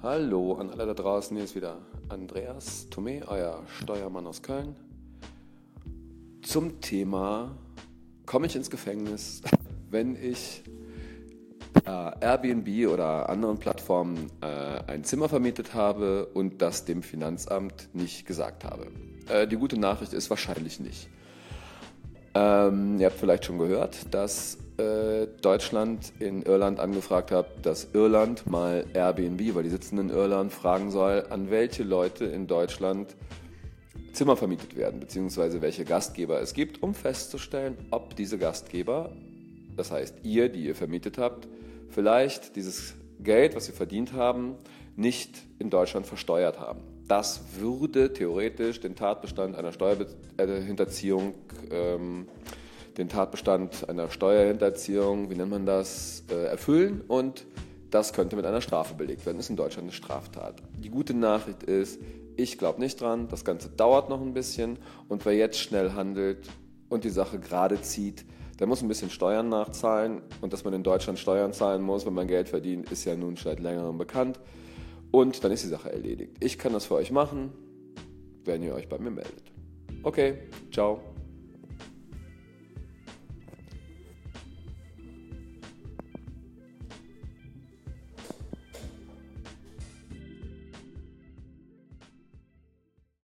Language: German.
Hallo an alle da draußen, hier ist wieder Andreas Thome, euer Steuermann aus Köln. Zum Thema, komme ich ins Gefängnis, wenn ich Airbnb oder anderen Plattformen ein Zimmer vermietet habe und das dem Finanzamt nicht gesagt habe? Die gute Nachricht ist wahrscheinlich nicht. Ihr habt vielleicht schon gehört, dass Deutschland in Irland angefragt hat, dass Irland mal Airbnb, weil die sitzen in Irland, fragen soll, an welche Leute in Deutschland Zimmer vermietet werden, beziehungsweise welche Gastgeber es gibt, um festzustellen, ob diese Gastgeber, das heißt ihr, die ihr vermietet habt, vielleicht dieses Geld, was sie verdient haben, nicht in Deutschland versteuert haben. Das würde theoretisch den Tatbestand einer Steuerhinterziehung, den Tatbestand einer Steuerhinterziehung, wie nennt man das, erfüllen, und das könnte mit einer Strafe belegt werden. Das ist in Deutschland eine Straftat. Die gute Nachricht ist, ich glaube nicht dran, das Ganze dauert noch ein bisschen, und wer jetzt schnell handelt und die Sache gerade zieht, der muss ein bisschen Steuern nachzahlen, und dass man in Deutschland Steuern zahlen muss, wenn man Geld verdient, ist ja nun seit längerem bekannt, und dann ist die Sache erledigt. Ich kann das für euch machen, wenn ihr euch bei mir meldet. Okay, ciao.